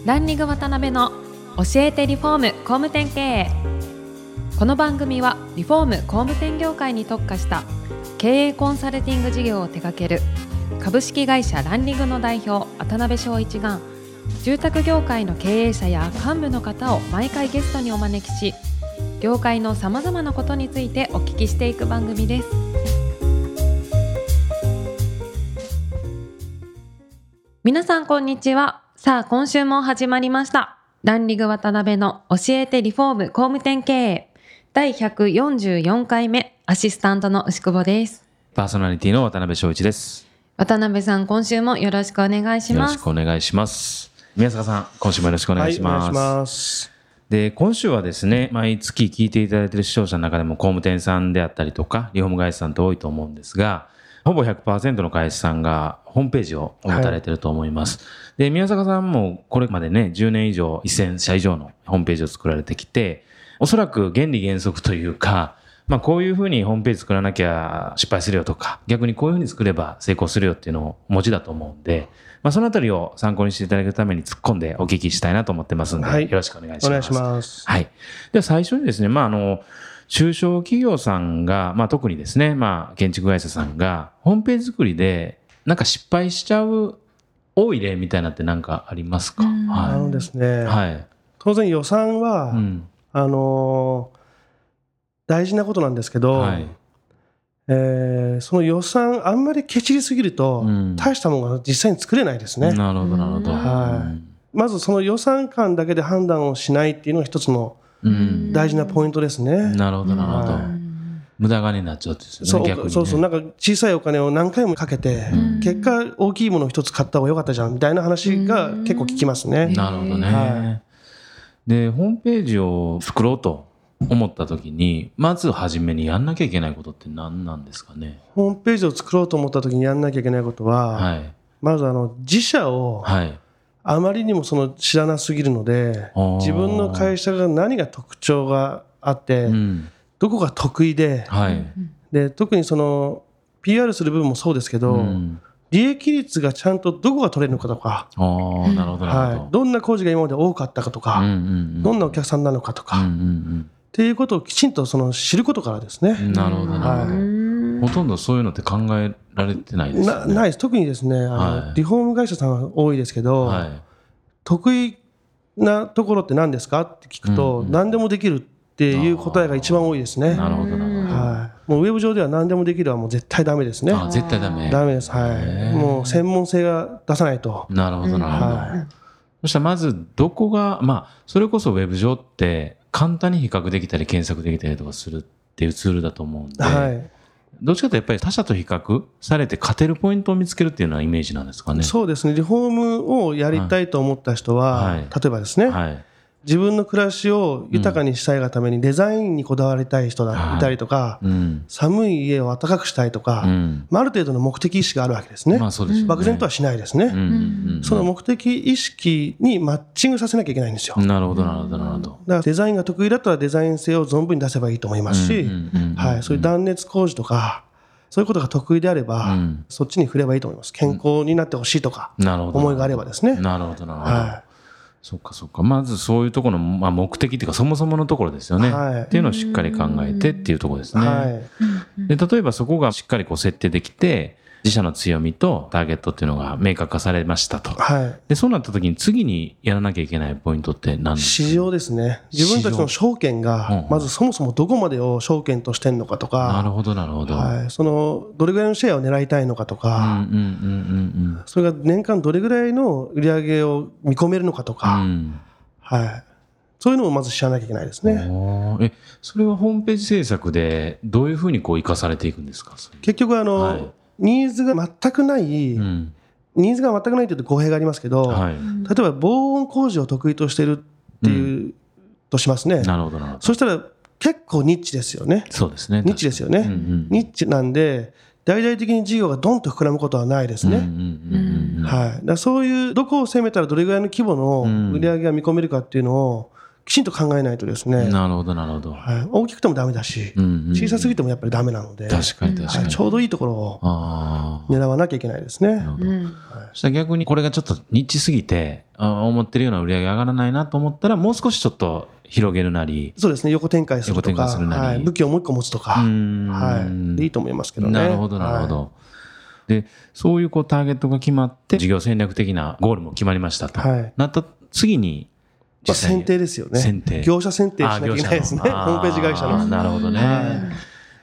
ランリング渡辺の教えてリフォーム工務店経営。この番組はリフォーム工務店業界に特化した経営コンサルティング事業を手掛ける株式会社ランリングの代表渡辺翔一が、住宅業界の経営者や幹部の方を毎回ゲストにお招きし、業界のさまざまなことについてお聞きしていく番組です。皆さんこんにちは。さあ今週も始まりました。ランリング渡辺の教えてリフォーム工務店経営第144回目、アシスタントの牛久保です。 パーソナリティの渡辺翔一です。 渡辺さん、今週もよろしくお願いします。 よろしくお願いします。宮坂さん、今週もよろしくお願いします。 はい、お願いします。 で、今週はですね、毎月聞いていただいている視聴者の中でも工務店さんであったりとかリフォーム会社さんって多いと思うんですが、ほぼ 100% の会社さんがホームページを持たれていると思います。で、宮坂さんもこれまでね、10年以上1000社以上のホームページを作られてきて、おそらく原理原則というか、こういうふうにホームページ作らなきゃ失敗するよとか、逆にこういうふうに作れば成功するよっていうのをお持ちだと思うんで、そのあたりを参考にしていただくために突っ込んでお聞きしたいなと思ってますので、はい、よろしくお願いします。 お願いします。 はい。では最初にですね、中小企業さんが、特にですね、建築会社さんがホームページ作りでなんか失敗しちゃう多い例みたいなって何かありますか？ はい、ですね、 はい、 当然予算は、大事なことなんですけど、はい、その予算あんまりケチりすぎると、大したものが実際に作れないですね。 なるほどなるほど。 はい、まずその予算感だけで判断をしないっていうのが一つの大事なポイントですね。 なるほどなるほど。無駄金になっちゃうんですよね。逆にね。 そうなんか小さいお金を何回もかけて、結果大きいものを一つ買った方が良かったじゃんみたいな話が結構聞きますね。 なるほどね。はい、でホームページを作ろうと思った時にまず初めにやんなきゃいけないことって何なんですかね？ ホームページを作ろうと思った時にやんなきゃいけないことは、はい、まず自社を、はい、あまりにも知らなすぎるので、自分の会社が何が特徴があって、どこが得意で、はい、で特にPR する部分もそうですけど、利益率がちゃんとどこが取れるのかとか、 なるほど、 はい、どんな工事が今まで多かったかとか、どんなお客さんなのかとか、っていうことをきちんと知ることからですね。 なるほど、はい、ほとんどそういうのって考えられてないですよね。 ないです。特にですね、リフォーム会社さんは多いですけど、はい、得意なところって何ですかって聞くと、何でもできるっていう答えが一番多いですね。 なるほどなるほど。 はい、もうウェブ上では何でもできるはもう絶対ダメですね。 絶対ダメです。はい、もう専門性が出さないと。 なるほどなるほど。はい、そしたらまずどこがそれこそウェブ上って簡単に比較できたり検索できたりとかするっていうツールだと思うんで、はい、どっちかというとやっぱり他社と比較されて勝てるポイントを見つけるっていうのはイメージなんですかね？そうですね。 リフォームをやりたいと思った人は、はい、例えばですね、はい、自分の暮らしを豊かにしたいがためにデザインにこだわりたい人がいたりとか、寒い家を暖かくしたいとか、ある程度の目的意識があるわけですね。 そうですよね。 漠然とはしないですね。その目的意識にマッチングさせなきゃいけないんですよ。 なるほどなるほどなるほど。 だからデザインが得意だったらデザイン性を存分に出せばいいと思いますし、そういう断熱工事とかそういうことが得意であれば、そっちに振ればいいと思います。健康になってほしいとか、思いがあればですね。 なるほどなるほど。はい、そっかそっか。まずそういうところの、目的っていうかそもそものところですよね、はい、っていうのをしっかり考えてっていうところですね、はい、で例えばそこがしっかり設定できて自社の強みとターゲットっていうのが明確化されましたと、はい、でそうなった時に次にやらなきゃいけないポイントって何ですか？ 市場ですね。自分たちの証券がまずそもそもどこまでを証券としてんのかとか、 なるほどなるほど、 はい、どれぐらいのシェアを狙いたいのかとか、それが年間どれぐらいの売り上げを見込めるのかとか、はい、そういうのをまず知らなきゃいけないですね。 それはホームページ制作でどういうふうに生かされていくんですか？ 結局はい、ニーズが全くない、ニーズが全くないというと語弊がありますけど、はい、例えば防音工事を得意としているっていう、としますね。 なるほどなるほど。 そしたら結構ニッチですよね。 そうですね。 ニッチですよね。ニッチなんで大々的に事業がドンと膨らむことはないですね。はい。だそういうどこを攻めたらどれぐらいの規模の売り上げが見込めるかっていうのをきちんと考えないとですね。 なるほどなるほど、 はい、大きくてもダメだし、小さすぎてもやっぱりダメなので、 確かに確かに、 はい、ちょうどいいところを狙わなきゃいけないですね。 なるほど、そしたら逆にこれがちょっとニッチすぎて思ってるような売り上げ上がらないなと思ったら、もう少しちょっと広げるなり、 そうですね、横展開するとか、はい、武器をもう一個持つとか、はい、でいいと思いますけどね。 なるほどなるほど、はい、でそういうターゲットが決まって事業戦略的なゴールも決まりましたと、はい、なった次に選定ですよね。業者選定しなきゃいけないですね、ホームページ会社の。 なるほどね、はい、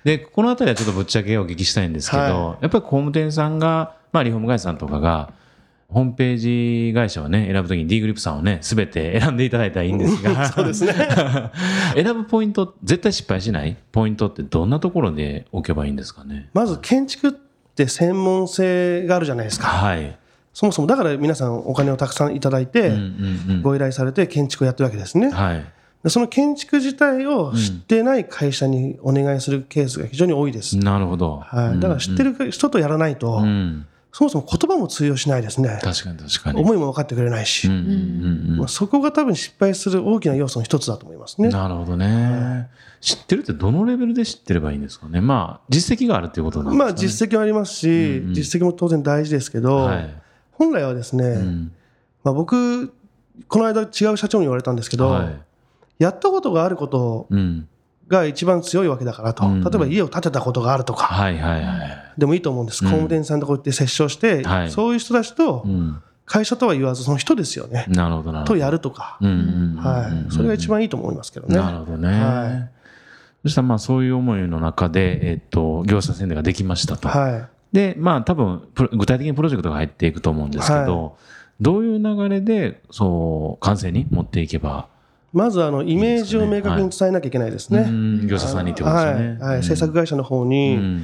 でこのあたりはちょっとぶっちゃけお聞きしたいんですけど、はい、やっぱり工務店さんが、リフォーム会社さんとかがホームページ会社をね選ぶときに D グリップさんをね全て選んでいただいたらいいんですがそうですね選ぶポイント、絶対失敗しないポイントってどんなところで置けばいいんですかね。 まず建築って専門性があるじゃないですか、はい、そもそもだから皆さんお金をたくさんいただいて、ご依頼されて建築をやってるわけですね、はい、でその建築自体を知ってない会社にお願いするケースが非常に多いです。 なるほど、 はい、だから知ってる人とやらないと、そもそも言葉も通用しないですね。 確かに確かに。 思いも分かってくれないし、そこが多分失敗する大きな要素の一つだと思いますね。 なるほどね、知ってるってどのレベルで知ってればいいんですかね。実績があるということなんですかね。 実績はありますし、実績も当然大事ですけど、はい、本来はですね、僕この間違う社長に言われたんですけど、はい、やったことがあることが一番強いわけだからと、例えば家を建てたことがあるとか、でもいいと思うんです。工務店さんとこうやって接触して、そういう人たちと、会社とは言わずその人ですよね。 なるほどなるほど。 とやるとか、それが一番いいと思いますけどね。 なるほどね。はい、そしたらそういう思いの中で、業者選定ができましたと。はい、で多分具体的にプロジェクトが入っていくと思うんですけど、どういう流れで完成に持っていけば。まずイメージを明確に伝えなきゃいけないですね。 業者さんにってことですね。 はい、制作会社の方に、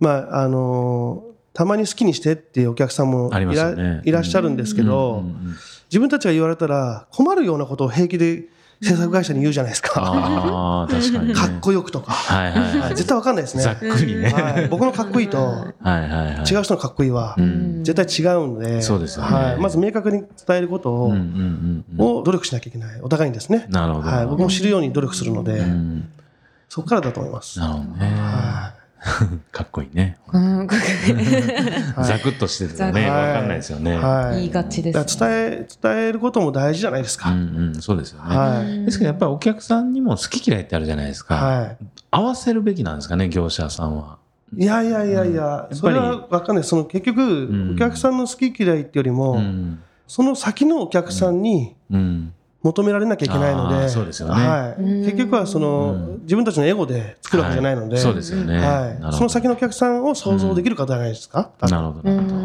たまに好きにしてっていうお客さんもいらっしゃるんですけど、自分たちが言われたら困るようなことを平気で制作会社に言うじゃないですか。 確かにね、 かっこよくとか、絶対わかんないですね。 ざっくりね、 僕のかっこいいと違う人のかっこいいは絶対違うので、 そうですよね、 まず明確に伝えることを努力しなきゃいけない、お互いにですね。 なるほど、 僕も知るように努力するので、そこからだと思います。 なるほどね、かっこいいね。ザクッとしててね、わかんないですよね。 言いがちです。 伝えることも大事じゃないですか。 そうですよね。ですけどやっぱりお客さんにも好き嫌いってあるじゃないですか。合わせるべきなんですかね、業者さんは。 いや、それはわかんない。結局お客さんの好き嫌いってよりも、その先のお客さんに求められなきゃいけないので、 そうですよね。 結局は自分たちのエゴで作るわけじゃないので、 そうですよね。 その先のお客さんを想像できる方じゃないですか。 なるほどなるほど。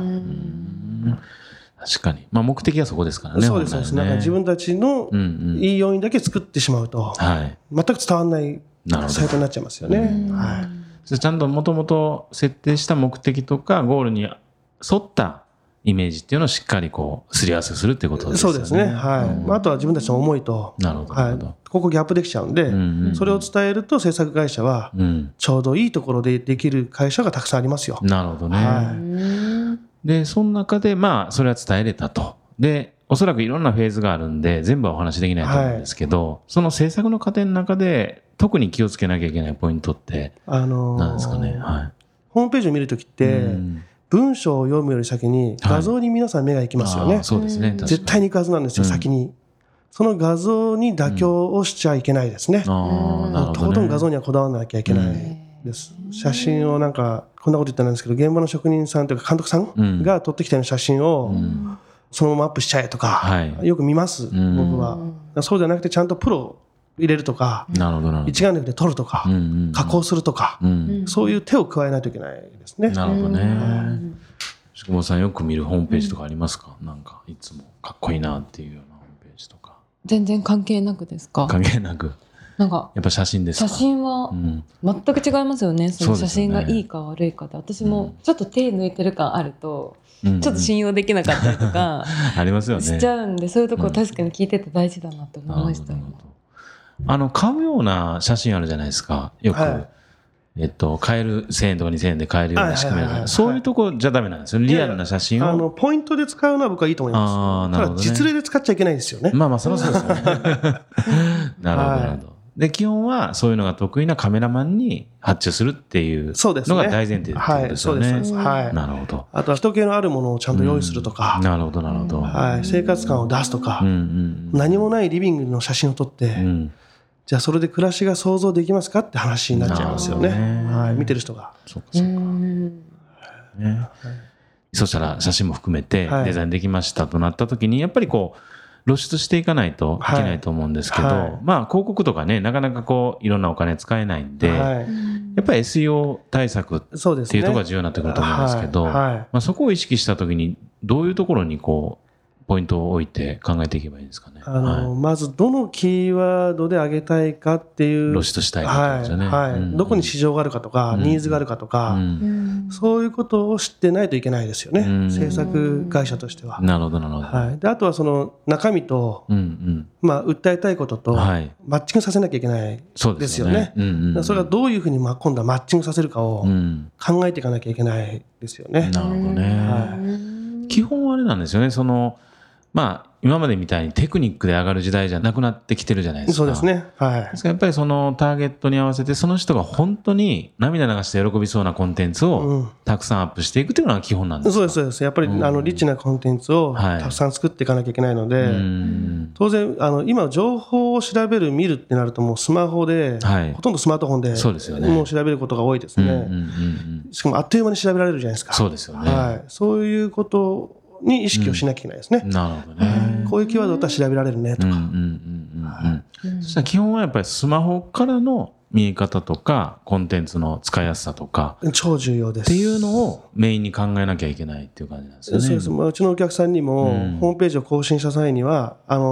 確かに、目的はそこですからね。 そうですね。自分たちのいい要因だけ作ってしまうと、全く伝わらないサイトになっちゃいますよね。 ちゃんともともと設定した目的とかゴールに沿ったイメージっていうのをしっかりすり合わせするっていうことですよね。 そうですね。あとは自分たちの思いと、ここギャップできちゃうんで、それを伝えると制作会社はちょうどいいところでできる会社がたくさんありますよ。 なるほどね。でその中でそれは伝えれたと。でおそらくいろんなフェーズがあるんで全部はお話しできないと思うんですけど、その制作の過程の中で特に気をつけなきゃいけないポイントって何ですかね。 ホームページを見るときって文章を読むより先に画像に皆さん目が行きますよね。 そうですね。 絶対に行くはずなんですよ、先に。その画像に妥協をしちゃいけないですね。とことん画像にはこだわらなきゃいけないです。写真をこんなこと言ったんですけど、現場の職人さんというか監督さんが撮ってきたような写真をそのままアップしちゃえとか、よく見ます、僕は。そうじゃなくてちゃんとプロ入れるとか、一眼レフで撮るとか、加工するとか、そういう手を加えないといけないですね。 なるほどね。宿本さんよく見るホームページとかありますか？いつもかっこいいなっていうようなホームページとか。 全然関係なくですか？ 関係なく。やっぱ写真ですか？ 写真は全く違いますよね。その写真がいいか悪いかで、私もちょっと手抜いてる感あると、ちょっと信用できなかったりとかありますよね。 しちゃうんで、そういうところ確かに聞いてて大事だなと思いました。 買うような写真あるじゃないですか。よく、 買える1000円とか2000円で買えるような仕組みだから、そういうとこじゃダメなんですよ、リアルな写真を。 ポイントで使うのは僕はいいと思います。ただ実例で使っちゃいけないですよね。 まあまあそりゃそうですよね。なるほどなるほど。で基本はそういうのが得意なカメラマンに発注するっていうのが大前提ってことですよね。 そうです。はい。 なるほど。 あとは人気のあるものをちゃんと用意するとか。 なるほどなるほど。 はい。生活感を出すとか。何もないリビングの写真を撮って。じゃあそれで暮らしが想像できますかって話になっちゃいますよね。はい。見てる人が。 そうかそうか。そしたら写真も含めてデザインできましたとなった時にやっぱりこう露出していかないといけないと思うんですけど、まあ広告とかねなかなかこういろんなお金使えないんで、やっぱり SEO 対策っていうところが重要になってくると思うんですけど、まあそこを意識した時にどういうところにこうポイントを置いて考えていけばいいんですかね。 まずどのキーワードで上げたいかっていう露出したいかってことですよね。 どこに市場があるかとか、ニーズがあるかとか、そういうことを知ってないといけないですよね、制作会社としては。なるほどなるほど。であとはその中身と、まあ訴えたいこととマッチングさせなきゃいけないですよね。それがどういうふうに今度はマッチングさせるかを考えていかなきゃいけないですよね。 なるほどね。基本はあれなんですよね。まあ今までみたいにテクニックで上がる時代じゃなくなってきてるじゃないですか。 そうですね。はい。 ですからやっぱりそのターゲットに合わせてその人が本当に涙流して喜びそうなコンテンツをたくさんアップしていくというのが基本なんですか。 そうですそうです。やっぱりリッチなコンテンツをたくさん作っていかなきゃいけないので、当然今情報を調べる見るってなるともうスマホで、ほとんどスマートフォンでもう調べることが多いですね。しかもあっという間に調べられるじゃないですか。 そうですよね。 はい。そういうことに意識をしなきゃいけないですね。 なるほどね。 こういうキーワードだったら調べられるねとか。 そしたら基本はやっぱりスマホからの見え方とかコンテンツの使いやすさとか超重要ですっていうのをメインに考えなきゃいけないっていう感じなんですよね。 そうです。うちのお客さんにもホームページを更新した際には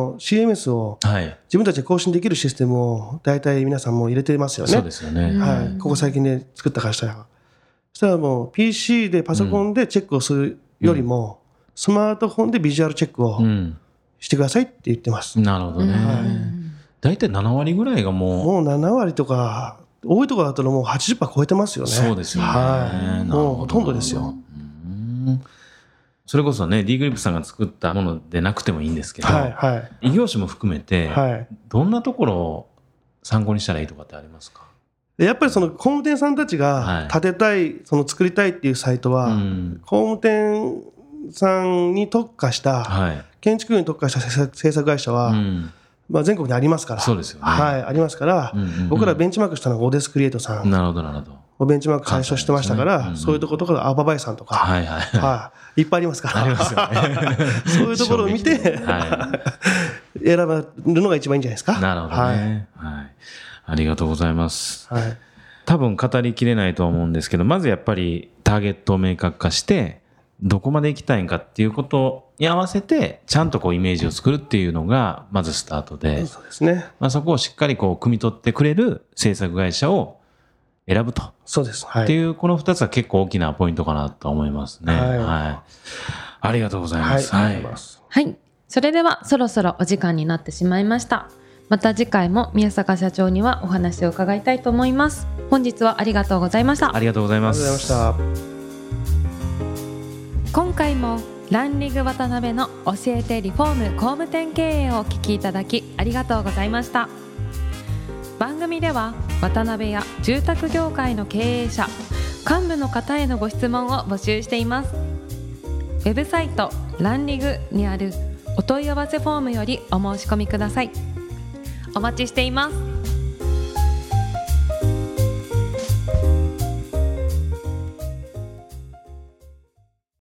CMS を自分たちで更新できるシステムを大体皆さんも入れてますよね。 そうですよね。 はい。ここ最近で作った会社が。そしたらもう PC でパソコンでチェックをするよりもスマートフォンでビジュアルチェックをしてくださいって言ってます。 なるほどね。大体7割ぐらいがもう 7割とか多いところだともう 80% 超えてますよね。 そうですよね。 はい。もうほとんどですよ。 それこそね D グリップさんが作ったものでなくてもいいんですけど、異業種も含めてどんなところを参考にしたらいいとかってありますか。 やっぱりその工務店さんたちが建てたい、作りたいっていうサイトは、工務店さんに特化した、建築に特化した制作会社は、まあ、全国にありますから。 そうですよね。 はい、ありますから、僕らベンチマークしたのがオーデスクリエイトさん。 なるほどなるほど。 ベンチマーク最初してましたから、そういうところとかアーババイさんとか、いっぱいありますから。ありますよね。そういうところを見て、選ぶのが一番いいんじゃないですか。 なるほどね。はい。ありがとうございます。多分語りきれないとは思うんですけど、まずやっぱりターゲットを明確化して、どこまで行きたいんかっていうことに合わせて、ちゃんとこうイメージを作るっていうのが、まずスタートで、 そうですね。 まあそこをしっかりこう、汲み取ってくれる制作会社を選ぶと。 そうです。 っていう、この2つは結構大きなポイントかなと思いますね。はい。ありがとうございます。 はい。それではそろそろお時間になってしまいました。また次回も宮坂社長にはお話を伺いたいと思います。本日はありがとうございました。 ありがとうございます。 ありがとうございました。 今回もランリング渡辺の教えてリフォーム工務店経営をお聞きいただきありがとうございました。番組では渡辺や住宅業界の経営者、幹部の方へのご質問を募集しています。ウェブサイトランリグにあるお問い合わせフォームよりお申し込みください。お待ちしています。